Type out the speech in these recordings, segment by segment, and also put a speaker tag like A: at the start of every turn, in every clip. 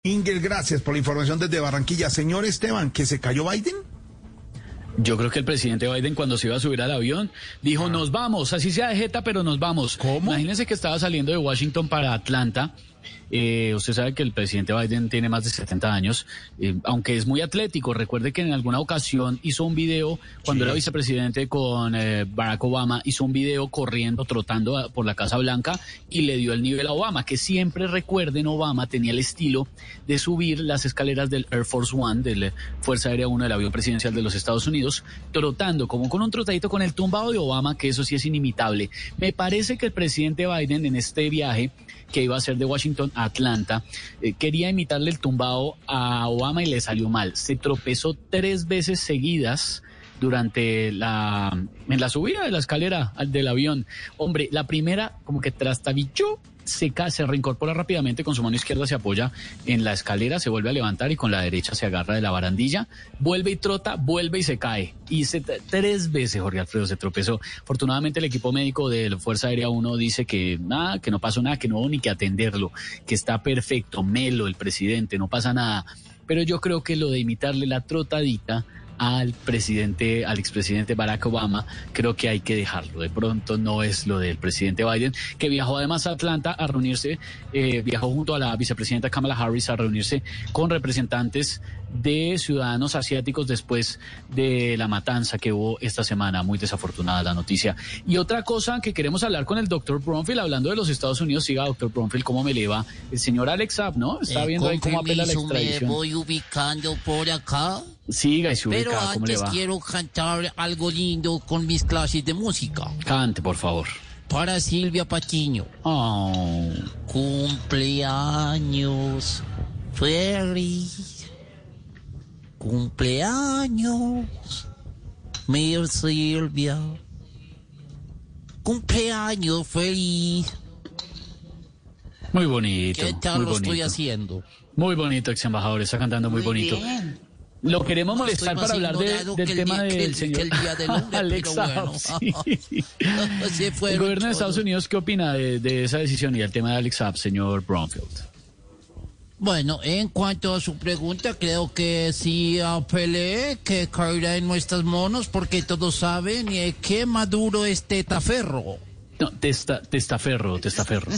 A: Inger, gracias por la información desde Barranquilla. Señor Esteban, ¿que se cayó Biden?
B: Yo creo que el presidente Biden, cuando se iba a subir al avión, dijo, nos vamos, así sea de jeta, pero nos vamos.
A: ¿Cómo?
B: Imagínense que estaba saliendo de Washington para Atlanta. Usted sabe que el presidente Biden tiene más de 70 años, aunque es muy atlético. Recuerde que en alguna ocasión hizo un video, cuando era vicepresidente con Barack Obama, hizo un video corriendo, trotando por la Casa Blanca y le dio el nivel a Obama, que siempre, recuerden, Obama tenía el estilo de subir las escaleras del Air Force One, de la Fuerza Aérea 1 del avión presidencial de los Estados Unidos, trotando, como con un trotadito con el tumbado de Obama, que eso sí es inimitable. Me parece que el presidente Biden en este viaje que iba a hacer de Washington a Atlanta, quería imitarle el tumbado a Obama y le salió mal. Se tropezó 3 veces seguidas durante en la subida de la escalera del avión. Hombre, la primera como que trastabilló, se reincorpora rápidamente, con su mano izquierda se apoya en la escalera, se vuelve a levantar y con la derecha se agarra de la barandilla, vuelve y trota, vuelve y se cae. Y 3 veces Jorge Alfredo se tropezó. Afortunadamente el equipo médico de la Fuerza Aérea 1 dice que nada, que no pasó nada, que no hubo ni que atenderlo, que está perfecto, melo el presidente, no pasa nada. Pero yo creo que lo de imitarle la trotadita al expresidente Barack Obama, creo que hay que dejarlo. De pronto no es lo del presidente Biden, que viajó además a Atlanta a reunirse, viajó junto a la vicepresidenta Kamala Harris a reunirse con representantes de ciudadanos asiáticos después de la matanza que hubo esta semana. Muy desafortunada la noticia. Y otra cosa que queremos hablar con el doctor Bromfield, hablando de los Estados Unidos. Siga, doctor Bromfield, ¿cómo me le va? El señor Alex Saab, ¿no? Está viendo ahí cómo apela la extradición.
C: Me voy ubicando por acá.
B: Siga y se ubica.
C: Pero
B: ¿Cómo le
C: antes
B: va?
C: quiero cantar algo lindo con mis clases de música.
B: Cante, por favor.
C: Para Silvia Patiño.
B: Oh.
C: Cumpleaños feliz. Cumpleaños, mi Silvia. Cumpleaños feliz.
B: Muy bonito.
C: ¿Qué tal
B: muy
C: lo
B: bonito.
C: estoy haciendo?
B: Muy bonito, ex embajador. Está cantando muy bonito.
C: Bien.
B: Lo queremos
C: No,
B: molestar
C: estoy
B: para
C: más
B: hablar
C: ignorado
B: del
C: que el
B: tema
C: día-
B: del señor
C: que el día del hombre,
B: Alex
C: pero
B: Saab,
C: bueno.
B: sí.
C: Se fueron
B: El gobierno de Estados
C: todos.
B: Unidos, ¿qué opina de esa decisión y del tema de Alex Saab, señor Bromfield?
C: Bueno, en cuanto a su pregunta, creo que sí apelé, que caerá en nuestras manos, porque todos saben que Maduro es tetaferro.
B: No, testaferro.
C: O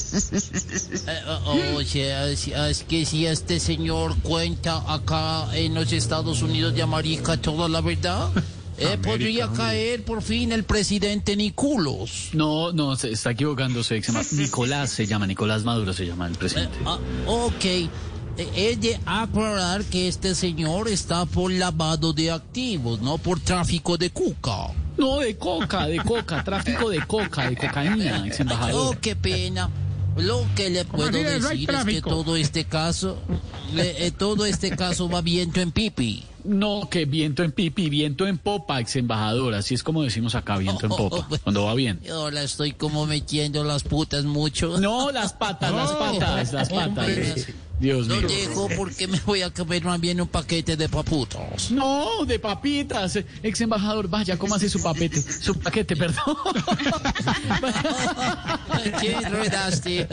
C: sea, es que si este señor cuenta acá en los Estados Unidos de América toda la verdad, podría caer por fin el presidente Niculos.
B: No, se está equivocándose, ex embajador. Nicolás Maduro se llama el presidente.
C: Ok. Es de aclarar que este señor está por lavado de activos, no por tráfico de cuca.
B: No, de coca, tráfico de cocaína, ex embajador.
C: Oh, qué pena. Lo que le puedo decir es que todo este caso va viento en pipi.
B: No, que viento en pipi, viento en popa, ex embajador. Así es como decimos acá, viento en popa, cuando va bien.
C: Yo la estoy como metiendo las putas mucho.
B: No, las patas. Dios
C: Lo
B: mío.
C: dejo porque me voy a comer más bien un paquete de paputos.
B: No, de papitas. Ex embajador, vaya, ¿cómo hace su paquete, perdón?
C: ¿Qué enredaste?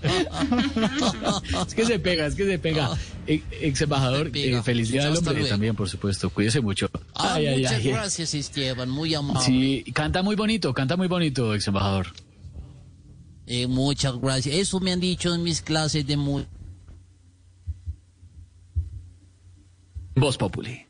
B: Es que se pega. Ex embajador, feliz día del
C: Hasta
B: hombre
C: luego.
B: también, por supuesto. Cuídese mucho.
C: Muchas gracias, Esteban, muy amable.
B: Sí, canta muy bonito, ex embajador.
C: Muchas gracias. Eso me han dicho en mis clases de música.
B: Voz Populi.